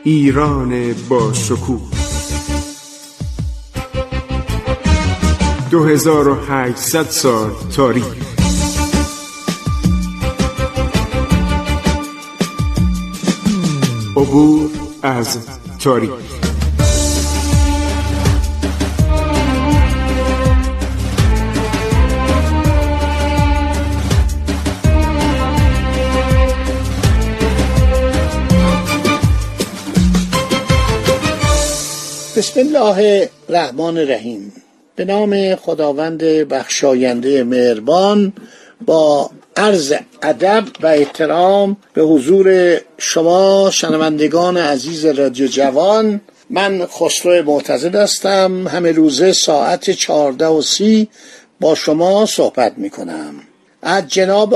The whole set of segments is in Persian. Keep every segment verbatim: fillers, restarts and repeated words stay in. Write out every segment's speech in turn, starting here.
ایران با شکوه دو هزار و هشتصد سال تاریخ. عبور از تاریخ. بسم الله الرحمن الرحیم. به نام خداوند بخشاینده مهربان، با عرض ادب و احترام به حضور شما شنوندگان عزیز رادیو جوان، من خسرو معتزد هستم. همه روزه ساعت چهارده و سی با شما صحبت می کنم. از جناب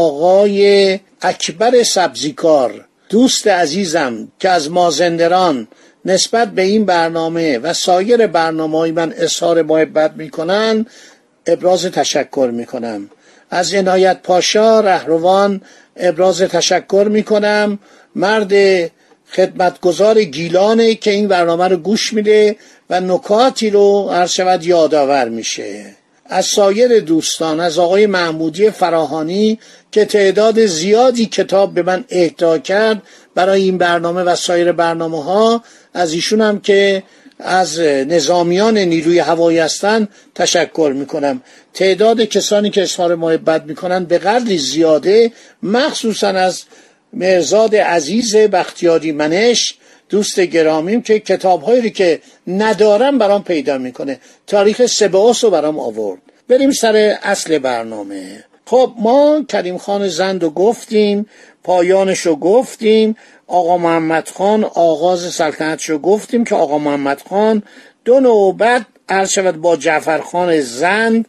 آقای اکبر سبزیکار، دوست عزیزم که از مازندران نسبت به این برنامه و سایر برنامه‌های من اظهار محبت می‌کنن، ابراز تشکر می‌کنم. از عنایت پاشا رهروان ابراز تشکر می‌کنم. مرد خدمتگزار گیلانه که این برنامه رو گوش میده و نکاتی رو هر شود یادآور میشه. از سایر دوستان، از آقای محمودی فراهانی که تعداد زیادی کتاب به من اهدا کرد برای این برنامه و سایر برنامه ها، از ایشون هم که از نظامیان نیروی هوایی هستند تشکر میکنم. تعداد کسانی که اظهار محبت میکنن به قدری زیاده، مخصوصا از مرزاد عزیز بختیاری منش، دوست گرامیم که کتاب‌هایی که ندارم برام پیدا میکنه. تاریخ سبئوس رو برام آورد. بریم سر اصل برنامه. خب ما کریم خان زند رو گفتیم، پایانش رو گفتیم، آقا محمد خان آغاز سلطنتش رو گفتیم که آقا محمد خان دو نوبت عرض شود با جعفر خان زند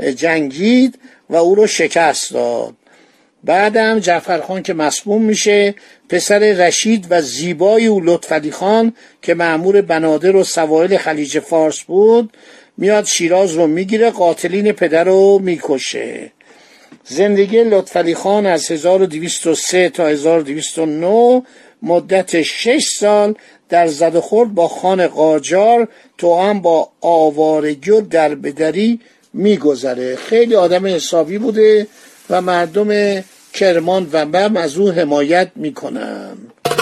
جنگید و او رو شکست داد. بعدم جعفر خان که مسموم میشه، پسر رشید و زیبای او لطفعلی خان که مأمور بنادر و سواحل خلیج فارس بود، میاد شیراز رو میگیره، قاتلین پدر رو میکشه. زندگی لطفعلی خان از هزار و دویست و سه تا هزار و دویست و نه مدت شش سال در زد و خورد با خان قاجار توأم با آوارگی و دربدری میگذره. خیلی آدم حسابی بوده و مردم کرمان و بم از او حمایت میکنن.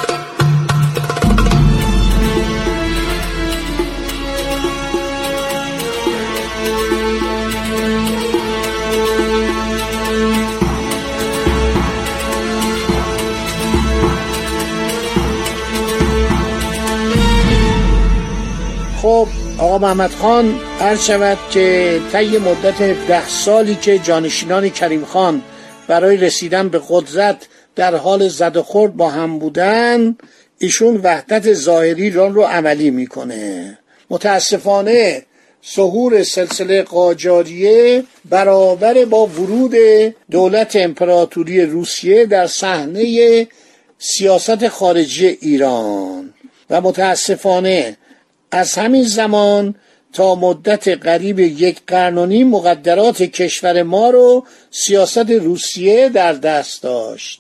خب آقا محمد خان عرض شود که طی مدت ده سالی که جانشینان کریم خان برای رسیدن به قدرت در حال زد و خورد با هم بودن، ایشون وحدت ظاهری ایران رو عملی میکنه. متاسفانه ظهور سلسله قاجاریه برابر با ورود دولت امپراتوری روسیه در صحنه سیاست خارجی ایران و متاسفانه از همین زمان تا مدت قریب یک قرن و نیم مقدرات کشور ما رو سیاست روسیه در دست داشت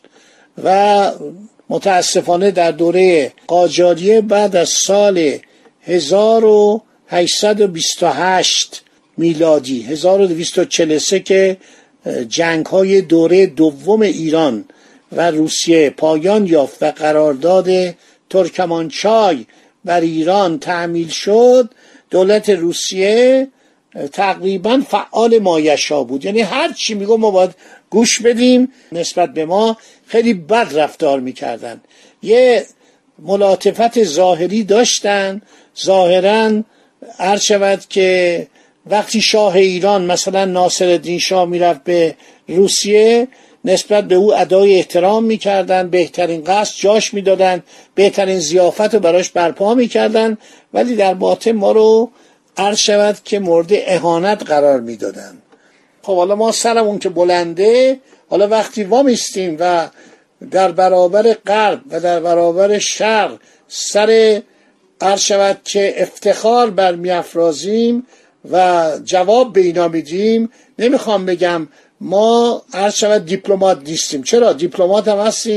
و متاسفانه در دوره قاجاریه بعد از سال هزار و هشتصد و بیست و هشت میلادی هزار و دویست و چهل و سه که جنگ‌های دوره دوم ایران و روسیه پایان یافت و قرارداد ترکمانچای بر ایران تعمیل شد، دولت روسیه تقریبا فعال مایشا بود. یعنی هر چی میگو ما باید گوش بدیم. نسبت به ما خیلی بد رفتار میکردن. یه ملاطفت ظاهری داشتن، ظاهرا عرض شود که وقتی شاه ایران مثلا ناصرالدین شاه میرفت به روسیه، نسبت به او ادای احترام میکردن، بهترین قصد جاش میدادن، بهترین ضیافت رو براش برپا میکردن، ولی در باطن ما رو عرض شود که مورد اهانت قرار میدادن. خب حالا ما سرمون که بلنده، حالا وقتی وامیستیم و در برابر غرب و در برابر شرق سر عرض شود که افتخار برمیافرازیم و جواب به اینا میدیم، نمیخوام بگم ما عرض شود دیپلمات نیستیم. چرا؟ دیپلمات هم هستیم،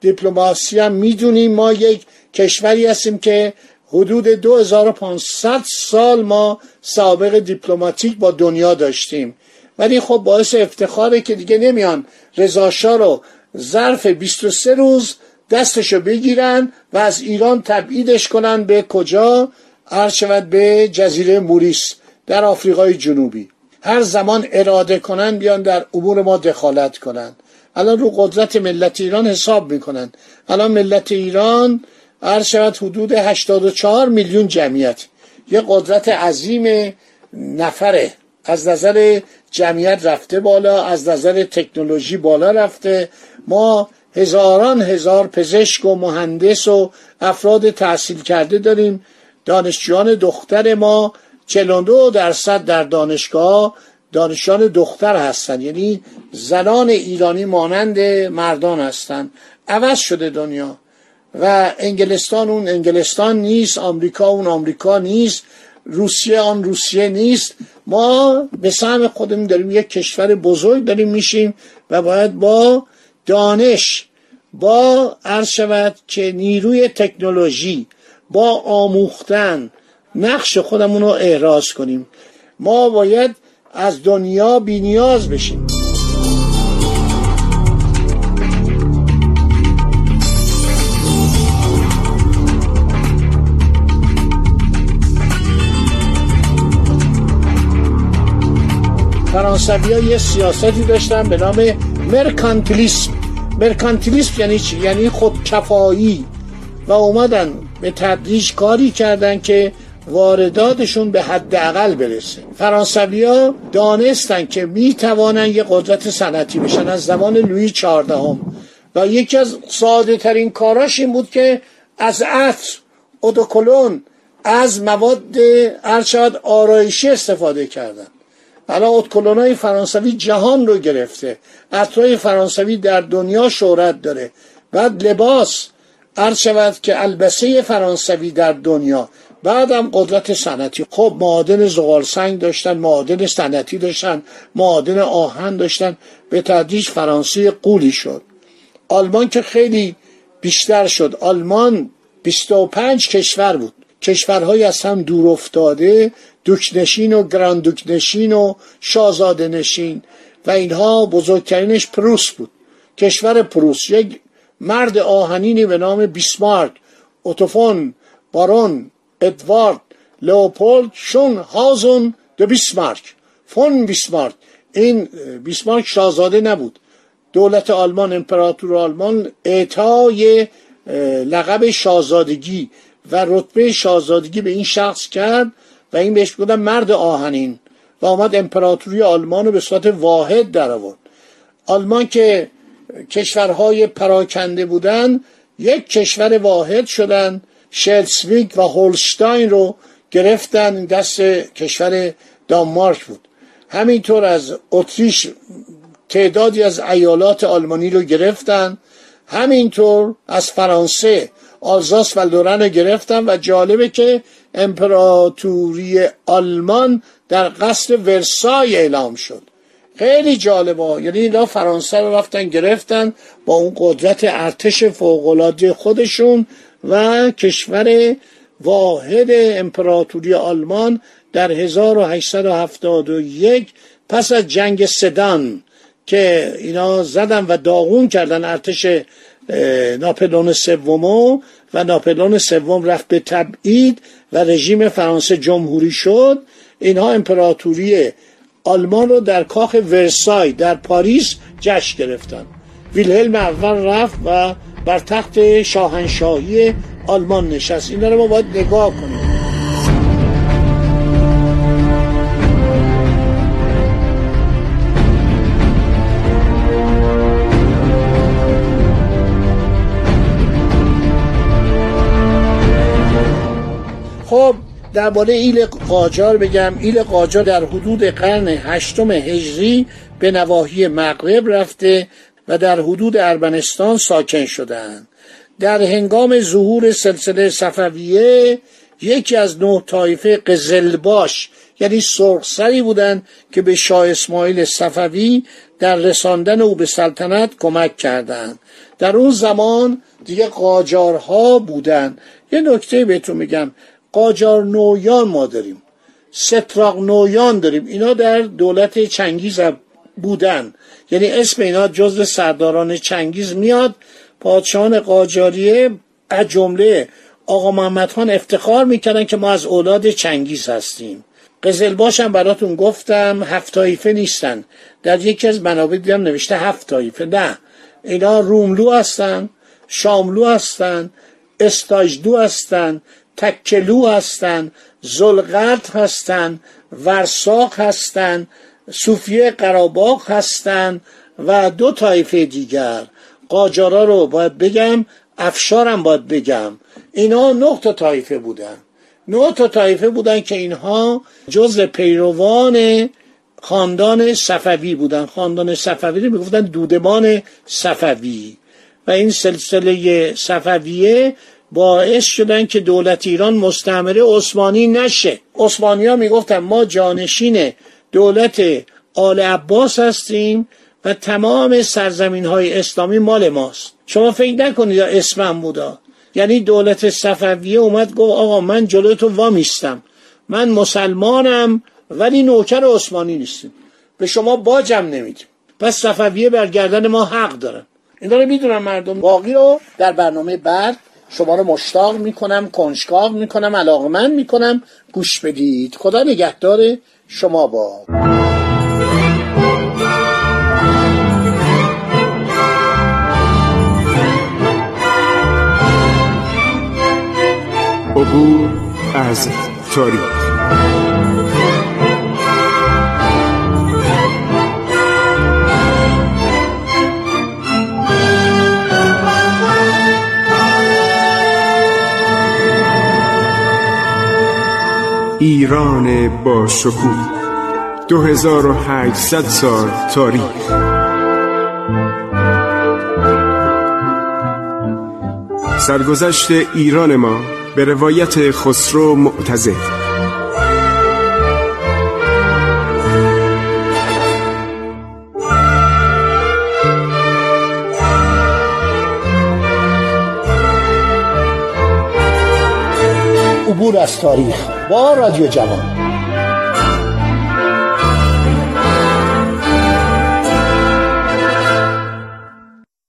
دیپلماسی هم میدونیم ما یک کشوری هستیم که حدود دو هزار و پانصد سال ما سابقه دیپلماتیک با دنیا داشتیم، ولی خب باعث افتخاره که دیگه نمیان رضا شاه رو ظرف بیست و سه روز دستشو بگیرن و از ایران تبعیدش کنن به کجا؟ عرض شود به جزیره موریس در آفریقای جنوبی. هر زمان اراده کنن بیان در امور ما دخالت کنن. الان رو قدرت ملت ایران حساب میکنن. الان ملت ایران عرض شود حدود هشتاد و چهار میلیون جمعیت، یه قدرت عظیم نفره، از نظر جمعیت رفته بالا، از نظر تکنولوژی بالا رفته. ما هزاران هزار پزشک و مهندس و افراد تحصیل کرده داریم. دانشجویان دختر ما چهل و دو درصد در دانشگاه دانشجویان دختر هستن، یعنی زنان ایرانی مانند مردان هستن. عوض شده دنیا و انگلستان اون انگلستان نیست، آمریکا اون آمریکا نیست، روسیه آن روسیه نیست. ما به سهم خودمون داریم یک کشور بزرگ داریم میشیم و باید با دانش، با عرض شود که نیروی تکنولوژی، با آموختن نقش خودمون رو احراز کنیم. ما باید از دنیا بی نیاز بشیم. فرانسوی ها یه سیاستی داشتن به نام مرکانتیلیسم. مرکانتیلیسم یعنی چی؟ یعنی خودکفایی، و اومدن به تدریج کاری کردن که وارداتشون به حداقل برسه. فرانسوی ها دانستن که میتوانن یه قدرت صنعتی بشن از زمان لویی چهاردهم و یکی از ساده ترین کاراش این بود که از عطر، اودوکلون، از مواد ارشاد آرایشی استفاده کردن. الان اودوکلونای فرانسوی جهان رو گرفته، عطرهای فرانسوی در دنیا شهرت داره. بعد لباس عرض شود که البسه فرانسوی در دنیا، بعدم قدرت صنعتی. خب معادن زغال سنگ داشتن، معادن صنعتی داشتن، معادن آهن داشتن. به تدریج فرانسه قولی شد. آلمان که خیلی بیشتر شد. آلمان بیست و پنج کشور بود، کشورهای از هم دور افتاده، دوکنشین و گراند دوکنشین و شاهزاده نشین، و اینها بزرگترینش پروس بود. کشور پروس یک مرد آهنینی به نام بیسمارک، اوتو بارون ادوارد لئوپولد شون هازون د بیسمارک فون بیسمارک. این بیسمارک شاهزاده نبود. دولت آلمان، امپراتور آلمان اعطای لقب شاهزادگی و رتبه شاهزادگی به این شخص کرد و این بهش گفتن مرد آهنین و آمد امپراتوری آلمان رو به صورت واحد در آورد. آلمان که کشورهای پراکنده بودن یک کشور واحد شدن. شلزویگ و هولشتاین رو گرفتن، دست کشور دانمارک بود. همینطور از اتریش تعدادی از ایالات آلمانی رو گرفتن. همینطور از فرانسه آلزاس و لورن رو گرفتن و جالبه که امپراتوری آلمان در قصر ورسای اعلام شد. خیلی جالبه، یعنی اینا فرانسه رو رفتن گرفتن با اون قدرت ارتش فوق‌العاده خودشون و کشور واحد امپراتوری آلمان در هزار و هشتصد و هفتاد و یک پس از جنگ سدان که اینا زدن و داغون کردن ارتش ناپلئون سوم و ناپلئون سوم رفت به تبعید و رژیم فرانسه جمهوری شد. اینها امپراتوری آلمان رو در کاخ ورسای در پاریس جشن گرفتن. ویلهلم اول رفت و بر تخت شاهنشاهی آلمان نشست. اینا رو ما باید نگاه کنیم. خب درباره ایل قاجار بگم. ایل قاجار در حدود قرن هشتم هجری به نواحی مغرب رفته و در حدود ارمنستان ساکن شدند. در هنگام ظهور سلسله صفویه یکی از نه طایفه قزلباش یعنی سرخسری بودند که به شاه اسماعیل صفوی در رساندن او به سلطنت کمک کردند. در اون زمان دیگه قاجارها بودن. یه نکته بهتون میگم، قاجار نویان ما داریم، ستراق نویان داریم، اینا در دولت چنگیز بودن، یعنی اسم اینا جزو سرداران چنگیز میاد. پادشاهان قاجاریه از جمله آقا محمد خان افتخار میکردن که ما از اولاد چنگیز هستیم. قزلباش هم براتون گفتم هفت طایفه نیستن، در یکی از منابع دیدم نوشته هفت طایفه، نه، اینا روملو هستن، شاملو هستن، استاجدو هستن، تکلو هستن، زلغرد هستن، ورساق هستن، صوفیه قراباغ هستن و دو طایفه دیگر. قاجارا رو باید بگم، افشارم باید بگم. اینا نه تا طایفه بودن، نه تا طایفه بودن که اینها جزء پیروان خاندان صفوی بودن. خاندان صفوی رو میگفتن دودمان صفوی و این سلسله صفویه باعث شدن که دولت ایران مستعمره عثمانی نشه. عثمانی ها میگفتن ما جانشین دولت آل عباس هستیم و تمام سرزمین های اسلامی مال ماست. شما فکر نکنید اسمم بودا، یعنی دولت صفویه اومد گفت آقا من جلوی تو وامیستم، من مسلمانم ولی نوکر عثمانی نیستیم، به شما باجم نمیدیم، پس صفویه بر گردن ما حق دارن. اینا رو میدونم مردم. باقی رو در برنامه بعد شما رو مشتاق میکنم، کنجکاو میکنم، علاقمند میکنم گوش بدید. خدا نگهدار شما با عبور از تاریخ. ایران با شکوه، دو هزار و هشتصد سال تاریخ. سرگذشت ایران ما به روایت خسرو معتزد. عبور از تاریخ با رادیو جوان.